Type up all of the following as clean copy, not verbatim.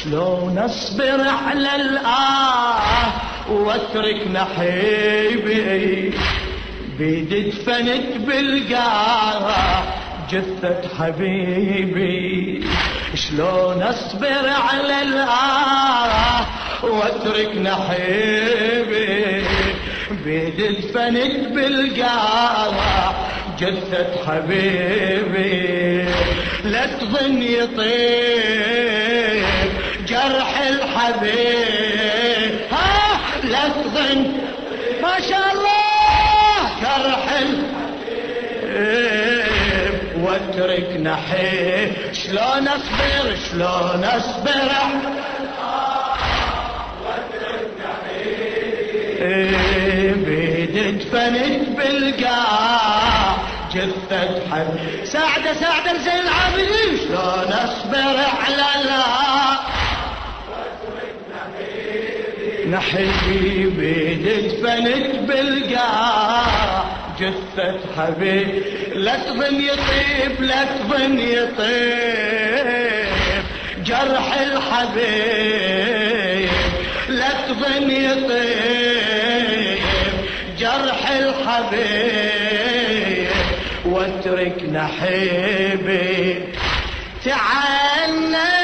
شلون اصبر على الآه واترك نحيبي بيد دفنت بالقاع جثة حبيبي. شلون اصبر على الآه واترك نحيبي بيد دفنت بالقاع جثة حبيبي. لا تظن يطيب جرح الحبيب لا تظن ما شاء الله جرح الحبيب واترك نحيب. شلون اصبر شلون اصبر واترك نحيب بيد دفنت بالقاع جثة حبيب. ساعدة ساعدة زين العابدين. شلون اصبر على الله نحيبي دفنت بالقاع جثة حبيب. لا تظن يطيب لا تظن يطيب جرح الحبيب لا تظن يطيب جرح الحبيب واترك نحيبي. تعال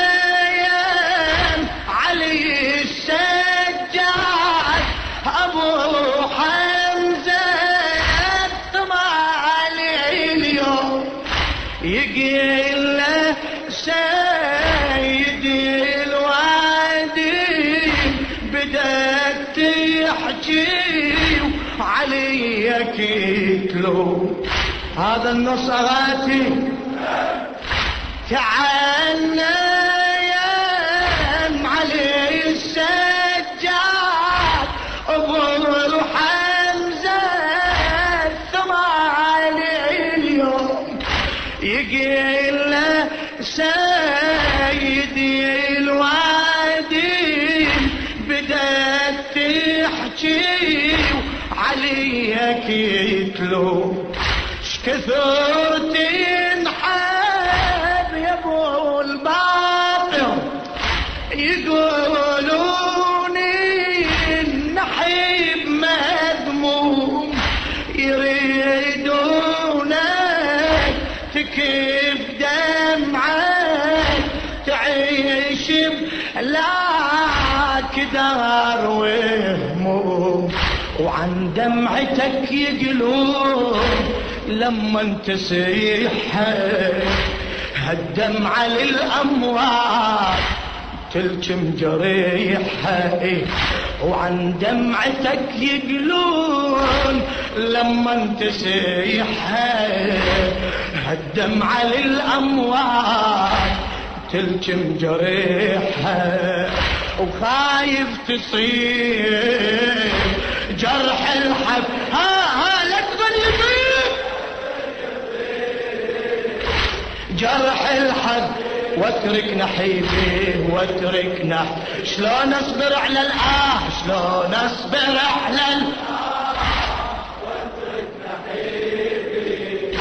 علي السجاد أبو حمزة الثمالي اليوم يقيل له سيدي الوادي بدك تحكي عليك يتلو هذا النصراتي. تعالنا علي السجاد أبو حمزة الثمالي اليوم يقيل له سيدي الوادي بدك تحكي عليك يتلو شكثر تنحب يا ابو الباطل يقولوني النحيب مذموم يريدونك تكب دمعك تعيش بلا كدار وهموم وعن دمعتك يقلون لما تسيح هالدمعة للأموات تلجم جريحها وعن دمعتك يقلون لما تسيح هالدمعة للأموات تلجم جريحها وخايف تصيب جرح الحب لا تظن يطيب جرح الحب واترك نحيبي واترك شلون اصبر على الآه شلون اصبر على واترك نحيبي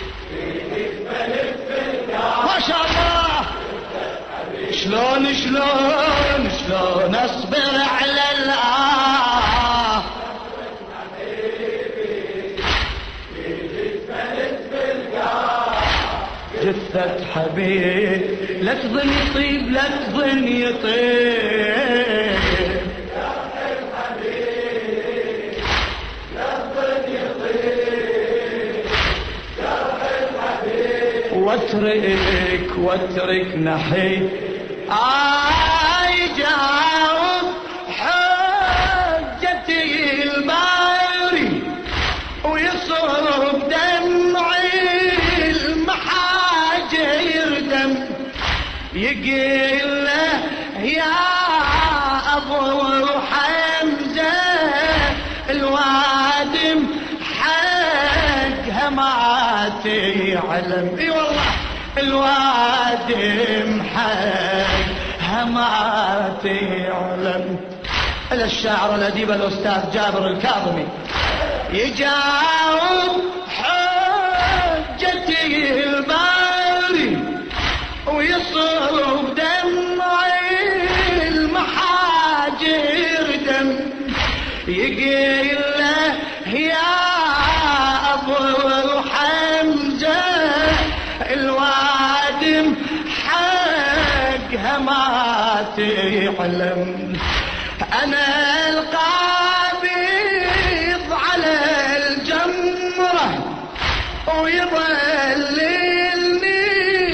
ما شاء الله. شلون اصبر على الآه جثة حبيب. لا تظن يطيب لا تظن يطيب واترك نحيب. جاوب حجتي الباري ويصرف دمعي المحاجة يردم يقيل له يا أبو حمزة الوادم حقها ما تعلم. اي والله الوادم حقها ما تعلم. الشاعر الأديب الأستاذ جابر الكاظمي يجاوب حجتي الباري ويصرف دمعي يقيل له يا أبو حمزة الوادم حقها ما تعلم، أنا القابض على الجمرة ويظللني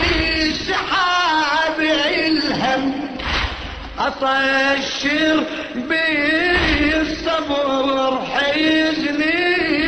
سحاب الهم، أطشر بالصبر حزني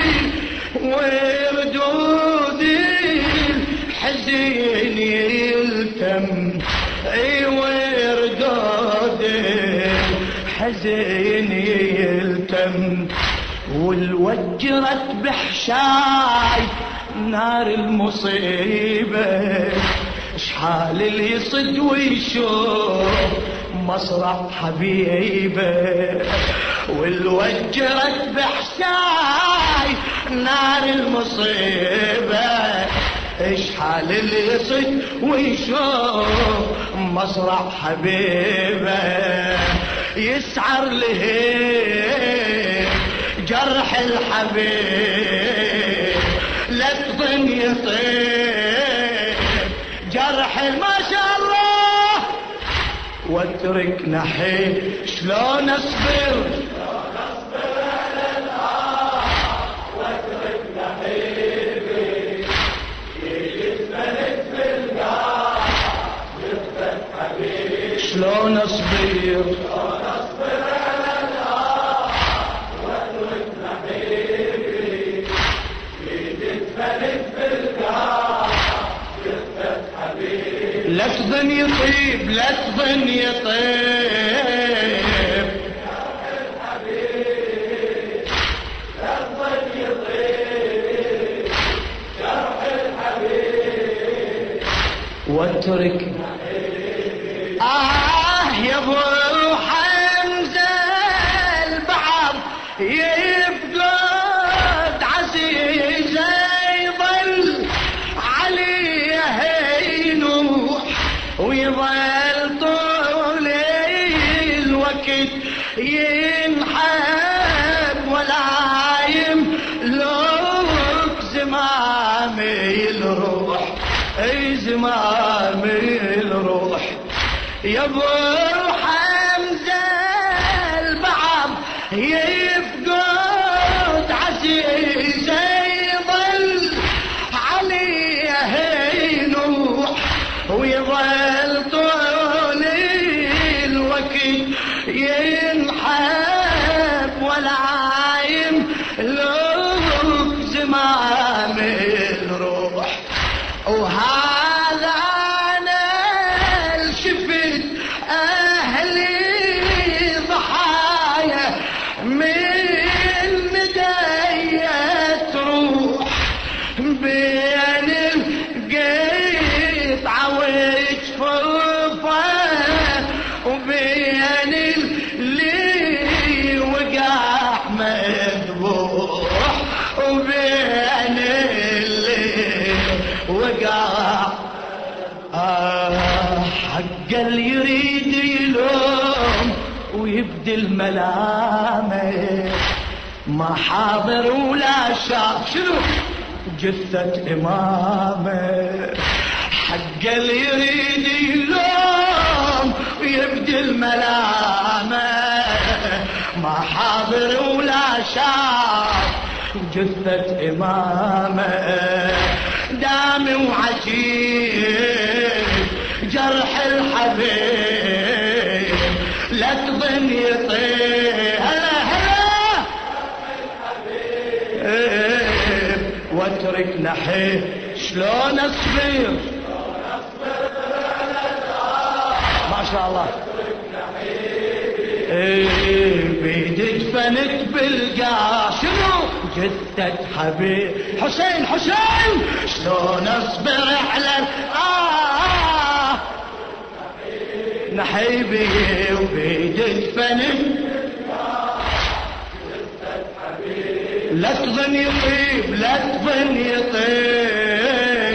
وردودي الحزين يلتم، اي وردودي الحزين يلتم، والوجرت بحشاي نار المصيبة، شحال اللي يصد ويشوف مصرع حبيبه، والوجرت بحشاي نار المصيبة، اشحال اللي يصد ويشوف مصرع حبيبه، يسعر له جرح الحبيب لا تظن يطيب جرح ما شاء الله، واترك نحي شلون اصبر على الآه، واترك نحيبي يجسمنت في القاع يثبت حبيبي، شلون اصبر على الآه، واترك نحيبي يجسمنت في القاع يثبت حبيبي، لا تظن يطيب لا تظن يطيب لا تظن يطيب جرح الحبيب، واترك يا ابو حمزة البعض يفقد عزيزه يظل عليه ينوح ويظل طول الوقت ينحب ولا يملك زمامي الروح، اي زمامي الروح، يا ابو حمزة البعض يفقد عزيزه يظل عليه ينوح ويظل طول الوقت ينحب ولا يملك زمام الروح، وهذا انا شفت اهلي ضحايا من ندية روح بين القطعة وجفوفه وبين اللي وقع مذبوح وبين اللي وقع حق اللي يريد يلوم ويبدل ملامه، ما حاضر ولا شاف شنو جثة إمامه، حق اللي يريد يلوم ويبدل ملامه، ما حاضر ولا شاف جثة إمامه، دامي وعجيب جرح الحبيب لا تظن يطيب هلا هلا واترك نحي شلون اصبر ما شاء الله بيدك فنت بالقاع شنو جثة حبيب حسين حسين شلون اصبر على نحيبي وبيدك فنت لا تظن يطيب لا تظن يطيب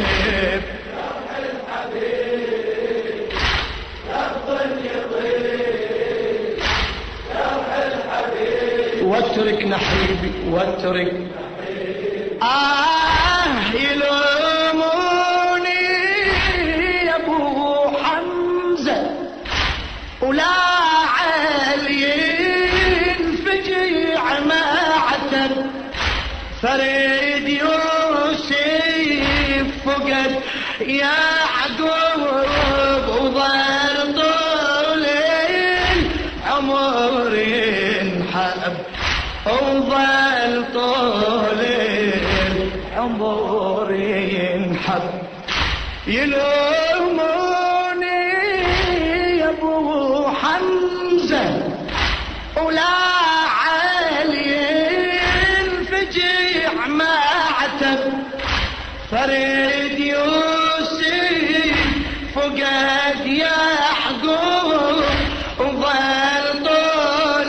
واترك نحيبي واترك يلوموني يا ابو حمزة ولا علي الفجيع ما عتب فريد يوسف فقد يعقوب وظل طول العمر ينحب وظل طول العمر ينحب يلوموني يا ابو حمزة ولا علي الفجيع ما عتب فريد يوسف فقد يعقوب وظل طول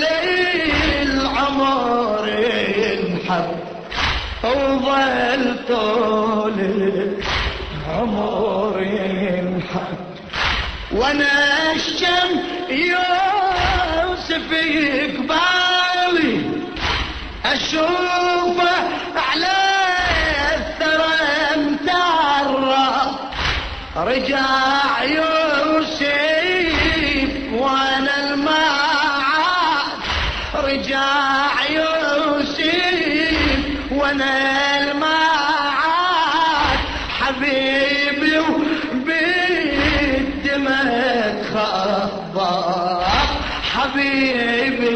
العمر ينحب وظل طول العمر ينحب وانا الشم يوسف يقبالي اشوفه على الثرى متعرى رجع يوسف وانا المعاد رجع يوسف وانا المعاد حبيبي وبالدمك خضر حبيبي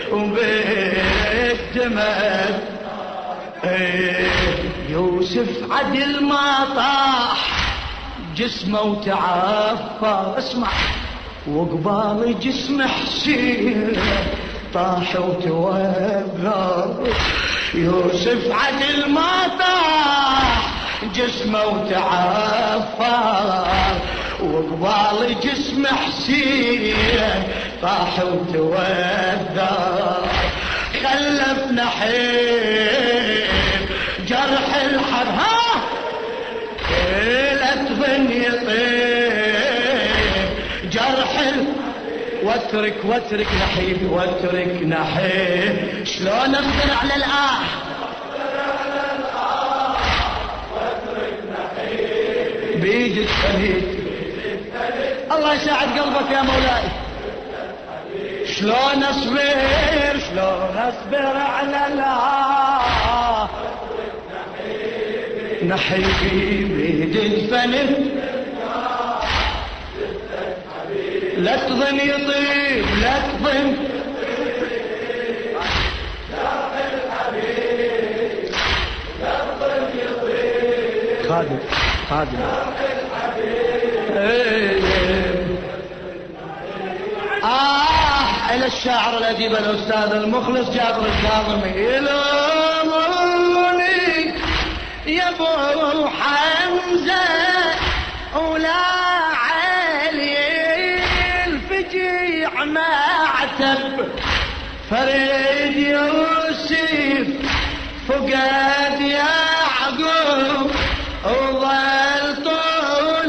وبالدمك يوسف عدل ما طاح جسمه وتعفى اسمع وقبال جسم حسين طاح وتوقف يوسف عدل ما طاح جسمه وتعفى وقبال جسم حسين طاح وتوقف خلفنا حيل جرح الحرب لا تغني طيب جرح واترك نحيب واترك نحيب شلون اقدر على الآه واترك نحيب بيدك فنيت الله يساعد قلبك يا مولاي شلون اصبر على الآه نحيبي بيد الفنن لا تظن يطيب لا تظن خادم إلى الشاعر الأديب الأستاذ المخلص جابر الكاظمي يلوموني يا ابو حمزة ولا علي الفجيع ما عتب فريد يوسف فقد يعقوب وظل طول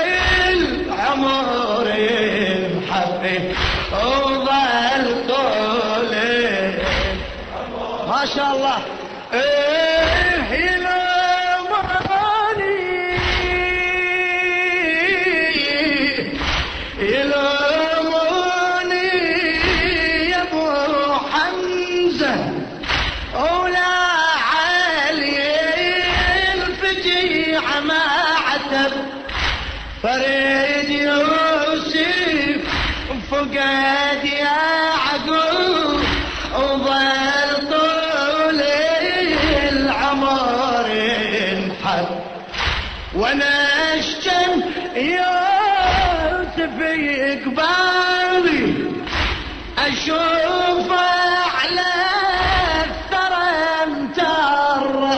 العمر ينحب وظل طول ما شاء الله يلوموني يا ابو حمزة ولا علي الفجيع ما عتب فريد يوسف فقد يعقوب وظل طول العمر ينحب وانا اشتم يوسف يقبالي اشوفه على الثرى مترى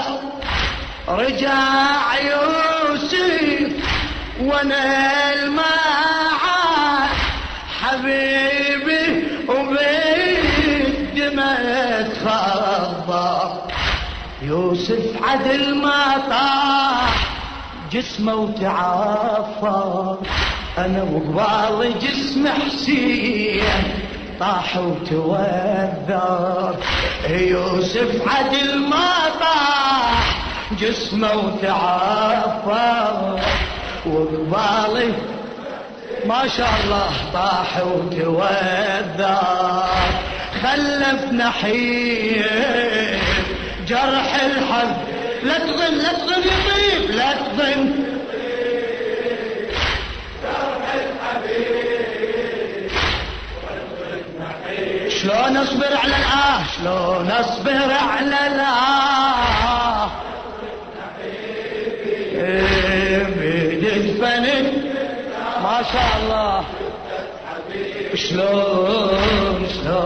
رجع يوسف وانا المعاد حبيبي وبالدمك خضر يوسف عدل ما طاح جسمه وتعافى انا وقبال جسم حسين طاح وتوذر، يوسف عدل ما طاح جسمه وتعفر، وقبالي ما شاء الله طاح وتوذر، خلف نحيف جرح الحب. لا تظن لا تظن يطيب، لا تظن جرح الحبيب. شلون اصبر على شلون اصبر على بدفنت ما شاء الله. شلون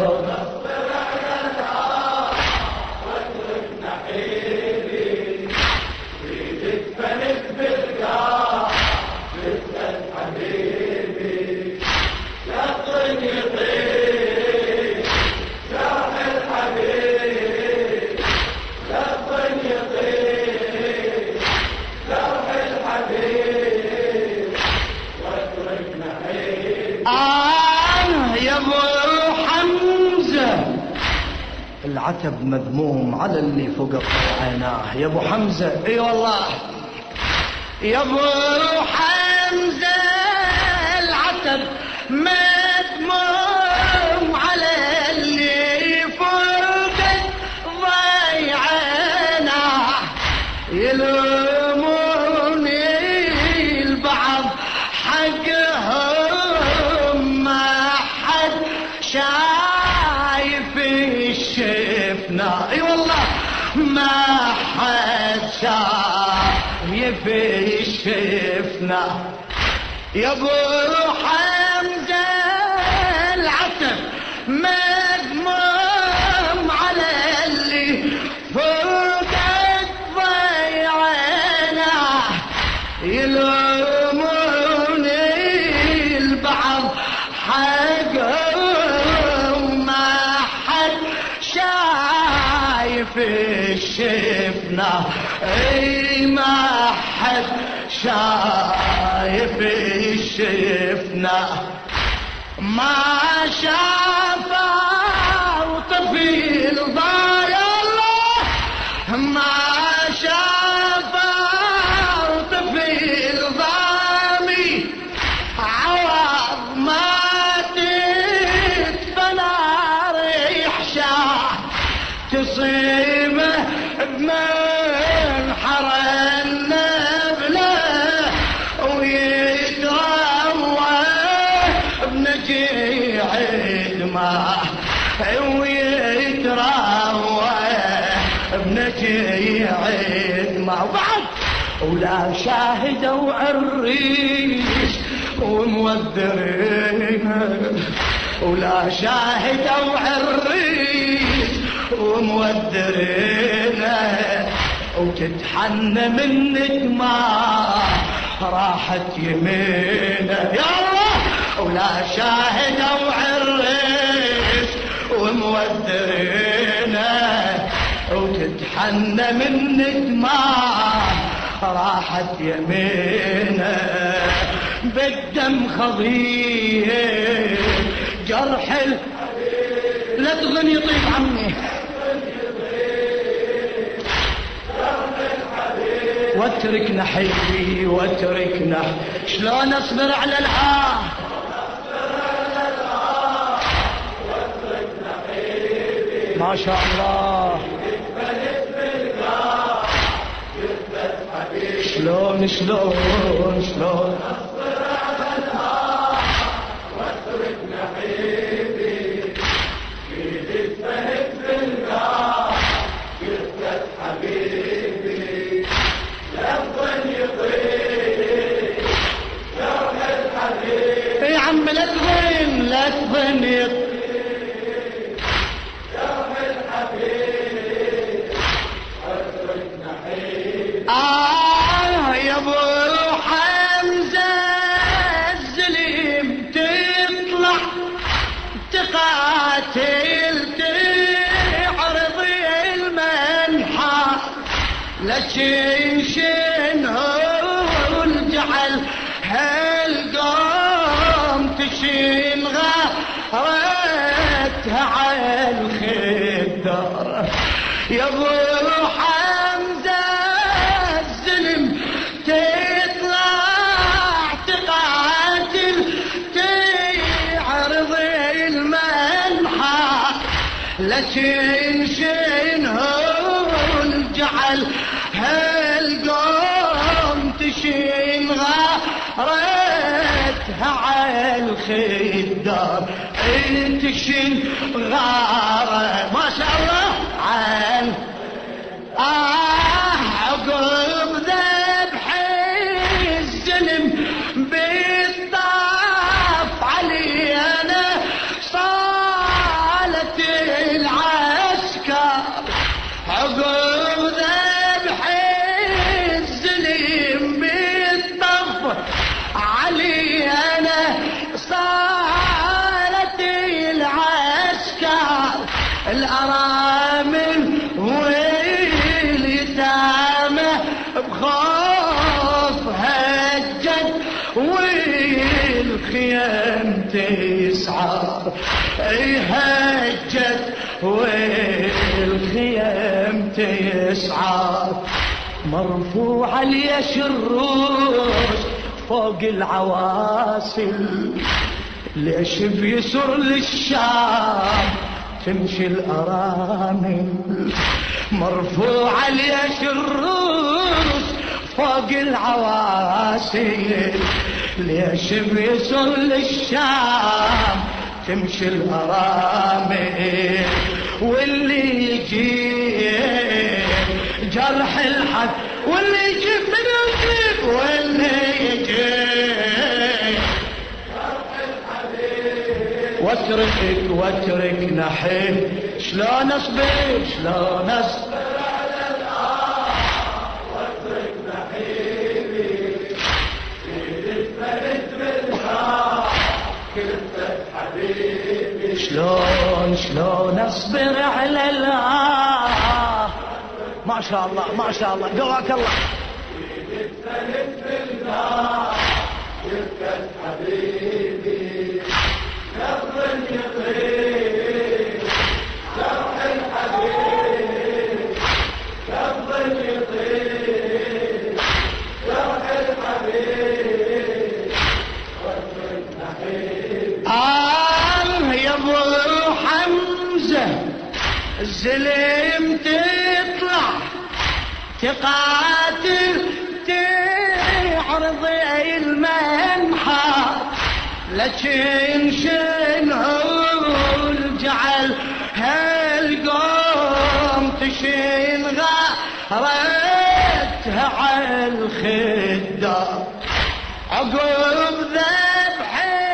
يا ابو حمزة العتب مذموم على اللي فوق عيناه. يا ابو حمزة اي والله يا ابو حمزة العتب مذموم على اللي فوق عيناه. يلوموني البعض حقهم ما حد شايف الشفنا. اي والله ما حد شايف الشفنا. يا ابو حمزة العتب مذموم على اللي فوق ضيعنا. يلوموني البعض حقهم ما حد شايف الشفنا. اي ما حد شايف الشفنا. ما شافوا طفيل ضايع الله، ما شافوا طفيل ضامي عوض ما تتفنى ريح شاه تصيبه بمنحر النبله ويتروى بنجيع الماء ويتروى بنجيع الماء. وبعد ولا شاهدوا عريس وموذرين، ولا شاهدوا عريس وموذرين، وتتحنى من دماء راحت يمينه. يا الله ولا شاهدوا عريس وموذرين، وتتحنى من دماء راحت يمينه. بالدم خضيه جرح لا تظن يطيب عمي واتركنا حبي واتركنا. شلون اصبر على ما شاء الله. شلون يا عم لا تظن يا ابو حمزة الزليم تطلع تقاتل تعرض المنحى لكن شنو الجعل هالقوم تشين غير على الخدار يا ابو حمزة الزلم تطلع تقاتل تعرض المنحى لا تنشنهن جعل هالقوم تشين غارتها على الخدار تشين غارة ما شاء الله عن عقب ذبح الزلم بالطاف علي انا صالت العسكر عقب ذبح الزلم بالطاف علي انا صالت العسكر الارامل واليتامى بخوف هجت والخيام تسعر اي هجت والخيام تسعر مرفوع اليش الروس فوق العواسل ليش بيسر للشام تمشي الأرامل مرفوع ليش الروس فوق العواسل ليش بيسر للشام تمشي الأرامل واللي يجي جرح الحد واللي يجي من يجيب واللي يجي واترك نحيل شلون اصبر شلون اصبر على واترك نحيلي تفلت بالنار كلفت حبيبي شلون اصبر على ما شاء الله ما شاء الله دعاك الله تفلت بالنار كلفت حبيبي يضرب يطير جرح الحبيب يضرب يطير جرح الحبيب واترك نحيل يا ابو حمزة الزلم تطلع تقاتل تعرض المنحى لكن شنهول جعل هالقوم تشين غارتها على الخدار عقب ذبح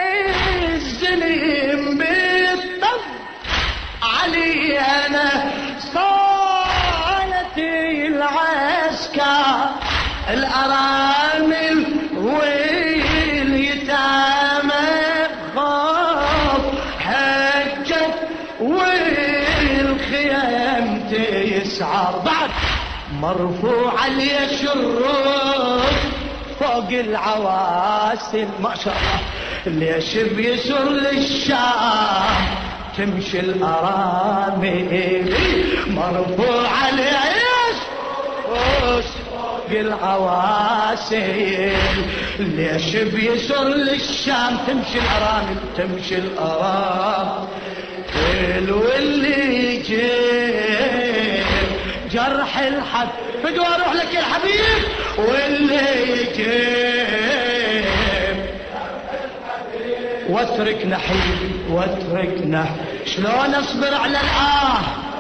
الزلم بالطف علي انا صالت العسكر الارامل واليتامى والخيام تسعر بعد مرفوع اليش الروس فوق العواسل ما شاء الله ليش بيسر للشام تمشي الارامل مرفوع اليش الروس فوق العواسل ليش بيسر للشام تمشي الارامل تمشي الارامل واللي يجيب جرح الحب بدو اروح لك يا الحبيب واللي يجيب واترك نحيبي واترك شلون اصبر على